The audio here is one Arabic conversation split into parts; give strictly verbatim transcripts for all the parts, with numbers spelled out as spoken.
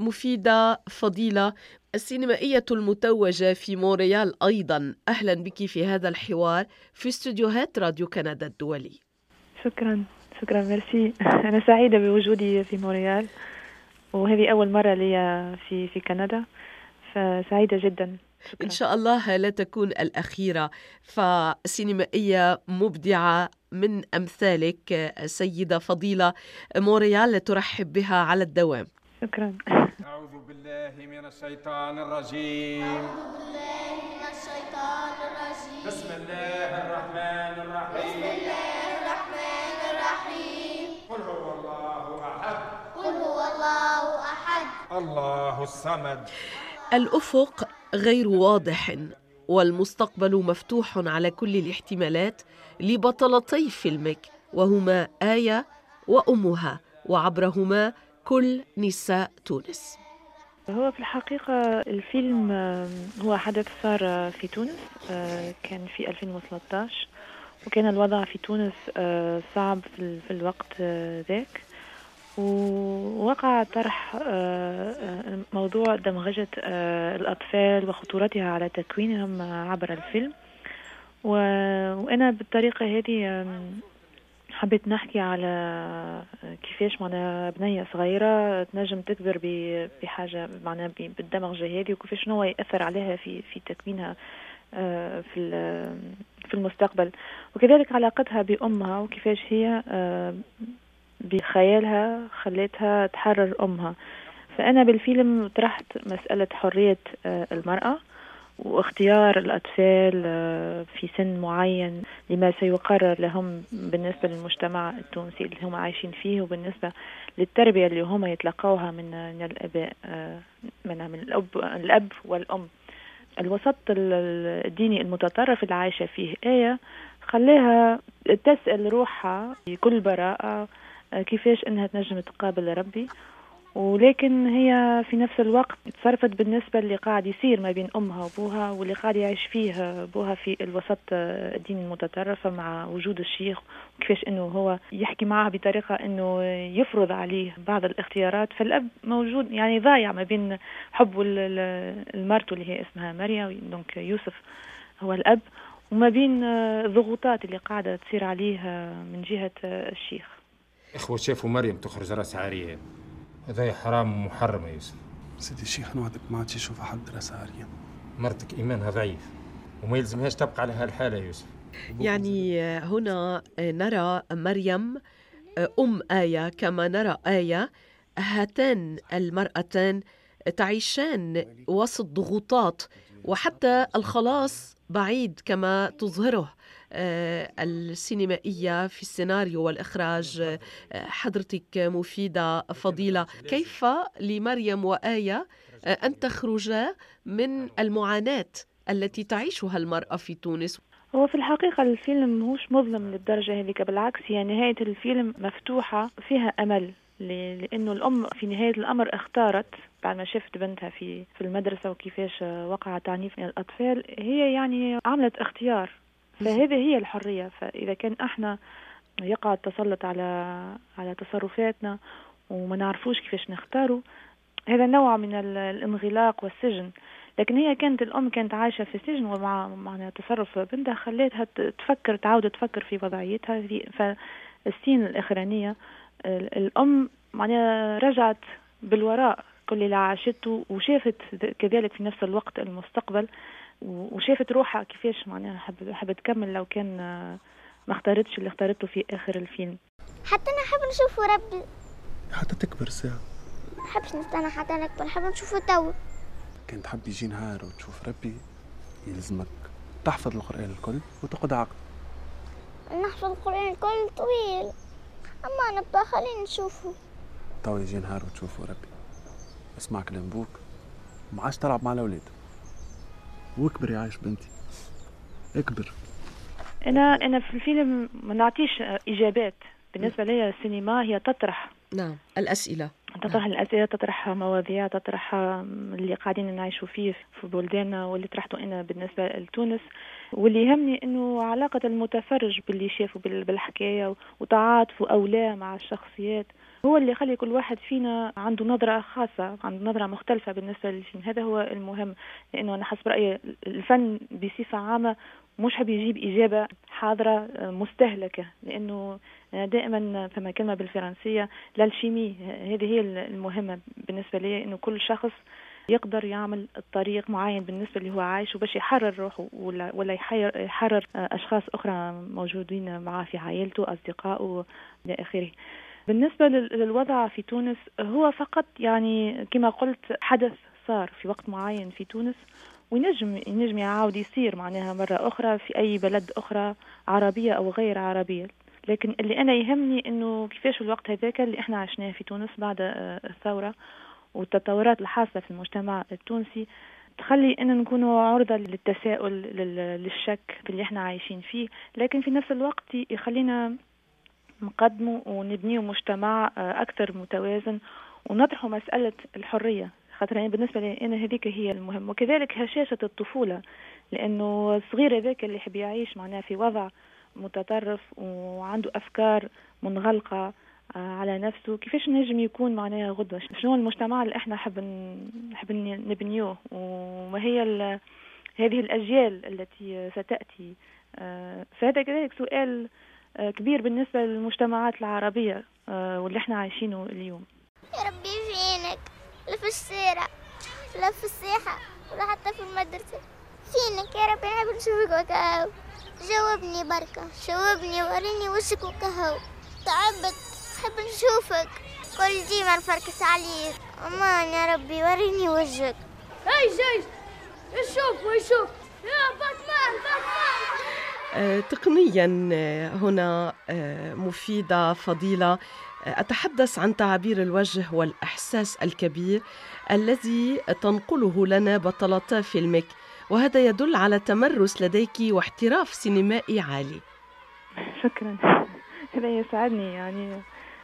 مفيدة فضيلة، السينمائية المتوجة في مونريال أيضا، أهلا بك في هذا الحوار في استوديوهات راديو كندا الدولي. شكرا شكرا ميرسي. أنا سعيدة بوجودي في مونريال، وهذه أول مرة لي في في كندا، فسعيدة جدا. شكرا. إن شاء الله لا تكون الأخيرة. فسينمائية مبدعة من أمثالك سيدة فضيلة، مونريال ترحب بها على الدوام. شكرا. أعوذ بالله من الشيطان الرجيم. أعوذ بالله من الشيطان الرجيم. بسم الله الرحمن الرحيم. بسم الله الرحمن الرحيم. قل هو الله أحد. قل هو الله أحد. الله الصمد. الأفق غير واضح والمستقبل مفتوح على كل الاحتمالات لبطلتي فيلمك، وهما آية وأمها، وعبرهما كل نساء تونس. هو في الحقيقة الفيلم هو حدث صار في تونس، كان في ألفين وثلاثة عشر، وكان الوضع في تونس صعب في الوقت ذاك، ووقع طرح موضوع دمغجة الأطفال وخطورتها على تكوينهم عبر الفيلم. وأنا بالطريقة هذه حبيت نحكي على كيفاش معنا بنية صغيرة تنجم تكبر بحاجة معنا بالدمغجة هذه، وكيفاش نوع يأثر عليها في في تكوينها في في المستقبل، وكذلك علاقتها بأمها، وكيفاش هي بخيالها خلتها تحرر أمها. فأنا بالفيلم طرحت مسألة حرية المرأة واختيار الأطفال في سن معين لما سيقرر لهم بالنسبة للمجتمع التونسي اللي هم عايشين فيه، وبالنسبة للتربية اللي هم يتلقوها من الآباء، من الأب, الأب والأم. الوسط الديني المتطرف اللي عايشة فيه آية خليها تسأل روحها بكل براءة كيفاش انها تنجم تقابل ربي، ولكن هي في نفس الوقت تصرفت بالنسبة اللي قاعد يصير ما بين أمها وأبوها، واللي قاعد يعيش فيه أبوها في الوسط الديني المتطرف مع وجود الشيخ، وكيفاش أنه هو يحكي معها بطريقة أنه يفرض عليه بعض الاختيارات. فالأب موجود يعني ضايع ما بين حب المرته اللي هي اسمها مريم، دونك يوسف هو الأب، وما بين الضغوطات اللي قاعدة تصير عليه من جهة الشيخ. إخوة شافوا مريم تخرج راس عارية، هذا حرام ومحرم يا يوسف. سيدي الشيخ نوعدك ما عادش يشوف حد راس عارية. مرتك إيمانها ضعيف وما يلزمهاش تبقى على هالحالة يا يوسف. يعني هنا نرى مريم أم آية كما نرى آية، هاتان المرأتان تعيشان وسط ضغوطات، وحتى الخلاص بعيد كما تظهره السينمائية في السيناريو والإخراج حضرتك مفيدة فضيلة. كيف لمريم وآية أن تخرجا من المعاناة التي تعيشها المرأة في تونس؟ هو في الحقيقة الفيلم مش مظلم للدرجة هذيك، بالعكس هي نهاية الفيلم مفتوحة فيها أمل، لأنه الأم في نهاية الأمر اختارت بعد ما شفت بنتها في في المدرسة وكيفاش وقع تعنيف من الأطفال، هي يعني عملت اختيار، فهذه هي الحرية. فإذا كان احنا يقع التسلط على على تصرفاتنا وما نعرفوش كيفاش نختاروا، هذا نوع من الانغلاق والسجن. لكن هي كانت الأم كانت عايشة في السجن، ومع مع تصرف بنتها خليتها تفكر تعود تفكر في وضعيتها. في فالسنين الأخرانية الأم معناها رجعت بالوراء كل اللي عاشته، وشافت كذلك في نفس الوقت المستقبل، وشافت روحها كيفاش معناها حب حب تكمل لو كان ما اختارتش اللي اختارته في آخر الفيلم. حتى أنا حاب نشوفه ربي، حتى تكبر ساعة. ما حبش نستنى حتى نكبر، حاب نشوفه تو. كنت حاب يجي نهار وتشوف ربي يلزمك تحفظ القرآن الكل وتقعد عقل. نحفظ القرآن الكل طويل، أما نبقى خلينا نشوفه. تو يجي نهار وتشوفه ربي، اسمع كلام بوك وما عادش تلعب مع الأولاد، واكبر يا عايش بنتي اكبر. أنا أنا في الفيلم ما نعطيش إجابات، بالنسبة لي السينما هي تطرح نعم الأسئلة، تطرح الأسئلة، تطرح مواضيع، تطرح اللي قاعدين نعيشوا فيه في بلداننا واللي طرحته أنا بالنسبة لتونس. واللي يهمني إنه علاقة المتفرج باللي شافوا بالحكاية وتعاطفوا أو لا مع الشخصيات، هو اللي يخلي كل واحد فينا عنده نظرة خاصة، عنده نظرة مختلفة بالنسبة للفيلم. هذا هو المهم، لأنه أنا حسب رأيي الفن بصفة عامة مش حاب يجيب إجابة حاضرة مستهلكة، لأنه دائما فما كلمة بالفرنسية للشيمي، هذه هي المهمة بالنسبة لي، إنه كل شخص يقدر يعمل الطريق معين بالنسبة اللي هو عايش، وباش يحرر روحه ولا ولا يحرر أشخاص أخرى موجودين معه في عائلته، أصدقائه إلى آخره. بالنسبة للوضع في تونس، هو فقط يعني كما قلت حدث صار في وقت معين في تونس، وينجم ينجم يعاود يصير معناها مرة أخرى في أي بلد أخرى عربية أو غير عربية. لكن اللي أنا يهمني إنه كيفاش الوقت هذاك اللي إحنا عشناه في تونس بعد الثورة والتطورات الحاصلة في المجتمع التونسي تخلي إن نكونوا عرضة للتساؤل للشك في اللي إحنا عايشين فيه، لكن في نفس الوقت يخلينا نقدموا ونبنيوا مجتمع أكثر متوازن ونطرحوا مسألة الحرية، خاطر يعني بالنسبة لي أنا هذيك هي المهم. وكذلك هشاشة الطفولة، لأنه الصغير هذاك اللي يحب يعيش معناه في وضع متطرف وعنده أفكار منغلقة على نفسه، كيفاش نجم يكون معناها غدوة؟ شنو المجتمع اللي احنا حب نحب نبنيوه، وما هي هذه الأجيال التي ستأتي؟ فهذا كذلك سؤال كبير بالنسبة للمجتمعات العربية واللي احنا عايشينه اليوم. يا ربي فينك، لا في الشارع لا في الساحة ولا حتى في المدرسة، فينك يا ربي، نحب نشوفك وكهو. جاوبني بركة، جاوبني وريني وشك وكهو. تعبت، نحب نشوفك كل ديما نفركس عليك. أمان يا ربي وريني وجهك. هاي جاي يشوف ويشوف يا باتمان باتمان. آه، تقنيا هنا آه، مفيدة فضيلة، أتحدث عن تعابير الوجه والإحساس الكبير الذي تنقله لنا بطلتا فيلمك، وهذا يدل على تمرس لديك واحتراف سينمائي عالي. شكرا، هذا يسعدني. يعني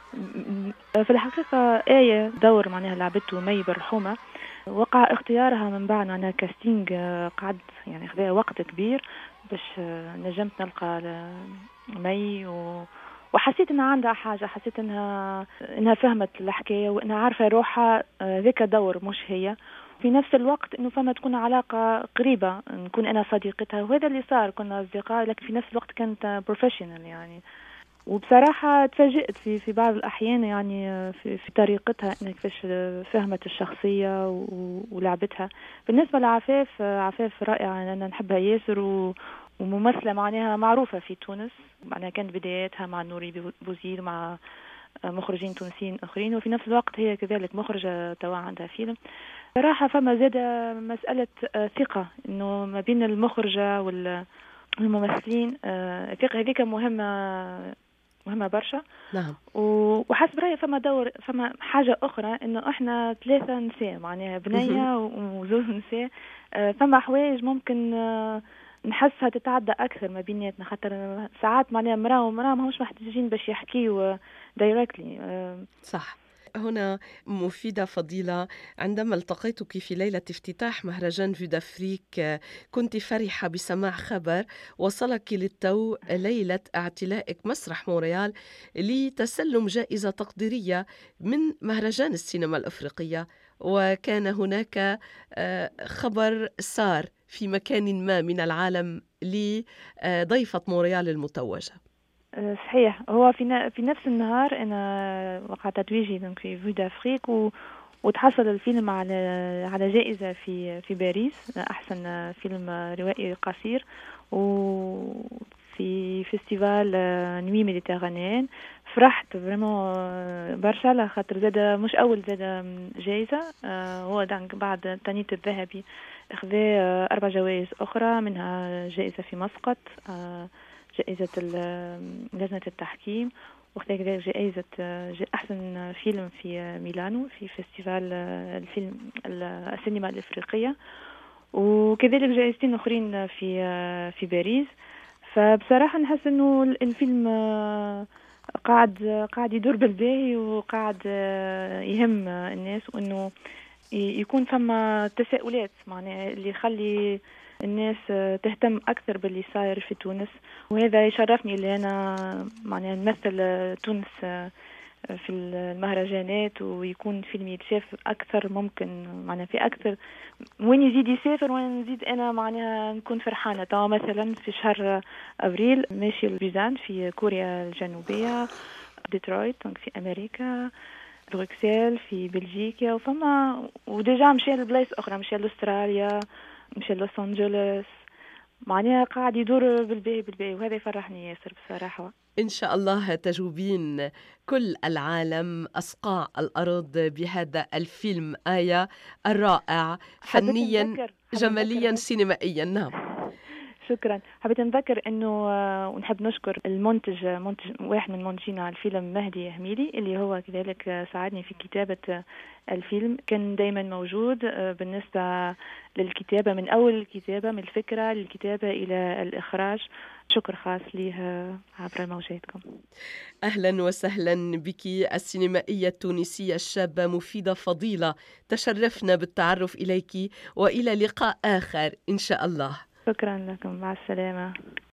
في الحقيقة آية دور معناها لعبته مي برحومة، وقع اختيارها من بعد معناها كاستينج قعد يعني خذا وقت كبير باش نجمت نلقى مي و... وحسيت انها عندها حاجة، حسيت انها انها فهمت الحكاية وانها عارفة روحها ذيك دور مش هي. في نفس الوقت انه فما تكون علاقة قريبة، نكون انا صديقتها، وهذا اللي صار، كنا اصدقاء لكن في نفس الوقت كانت بروفيشنال يعني. وبصراحة تفاجئت في في بعض الأحيان يعني في, في طريقتها إنها كيفاش فهمت الشخصية ولعبتها. بالنسبة لعفاف، عفاف رائعة، أنا نحبها ياسر و وممثلة معناها معروفة في تونس، معناها كانت بداياتها مع نوري بوزيد مع مخرجين تونسيين آخرين، وفي نفس الوقت هي كذلك مخرجة توا عندها فيلم. صراحة فما زادة مسألة ثقة إنه ما بين المخرجة والممثلين، الثقة هذيك مهمة مهمة برشا. نعم. وحسب رأيي فما دور فما حاجة أخرى، إنه إحنا ثلاثة نساء معناها بنية وزوج نساء، فما حوايج ممكن نحسها تتعدى أكثر ما بيناتنا، خاطر ساعات معناها مرأة ومرأة ما همش محتاجين باش يحكيوا دايركتلي. صح. هنا مفيدة فضيلة، عندما التقيتك في ليلة افتتاح مهرجان في دافريك كنت فرحة بسماع خبر وصلك للتو ليلة اعتلائك مسرح مونريال لتسلم جائزة تقديرية من مهرجان السينما الأفريقية، وكان هناك خبر سار في مكان ما من العالم لضيفة مونريال المتوجة. صحيح، هو في في نفس النهار انا وقع تتويجي في في دافريك و وتحصل الفيلم على على جائزة في في باريس، أحسن فيلم روائي قصير، وفي فيستيفال نوي ميديترانيين. فرحت فريمون برشا على خاطر زاد مش أول زاد جائزة، هو بعد تانيت الذهبي أخذ أربع جوائز أخرى، منها جائزة في مسقط، جائزة لجنة التحكيم، وكذلك جائزة أحسن فيلم في ميلانو في فيستيفال الفيلم السينما الإفريقية، وكذلك جائزتين أخرين في في باريس. فبصراحة نحس إنه الفيلم قاعد قاعد يدور بالباهي وقاعد يهم الناس، وإنه يكون فما تساؤلات معناها اللي يخلي الناس تهتم أكثر باللي صاير في تونس. وهذا يشرفني اللي أنا معناها نمثل تونس في المهرجانات ويكون فيلم يتشاف أكثر ممكن، معناها في أكثر وين يزيد يسافر وين نزيد أنا معناها نكون فرحانة. توا مثلا في شهر أبريل ماشي لبيزان في كوريا الجنوبية، ديترويت في أمريكا، بروكسل في بلجيكا، وفما وديجا مشي لبلايص أخرى، مشي لأستراليا، مشي لوس أنجلوس، معناها قاعد يدور بالباهي بالباهي، وهذا يفرحني ياسر بصراحة. إن شاء الله تجوبين كل العالم أصقاع الأرض بهذا الفيلم آية الرائع، فنيا جماليا سينمائيا. نعم شكرا. حبيت نذكر انه ونحب نشكر المنتج، منتج واحد من منتجين على الفيلم، مهدي هميلي، اللي هو كذلك ساعدني في كتابة الفيلم. كان دايما موجود بالنسبة للكتابة، من أول الكتابة، من الفكرة للكتابة إلى الإخراج. شكر خاص ليه عبر موجاتكم. أهلا وسهلا بك السينمائية التونسية الشابة مفيدة فضيلة، تشرفنا بالتعرف إليك، وإلى لقاء آخر إن شاء الله. شكرا لكم، مع السلامة.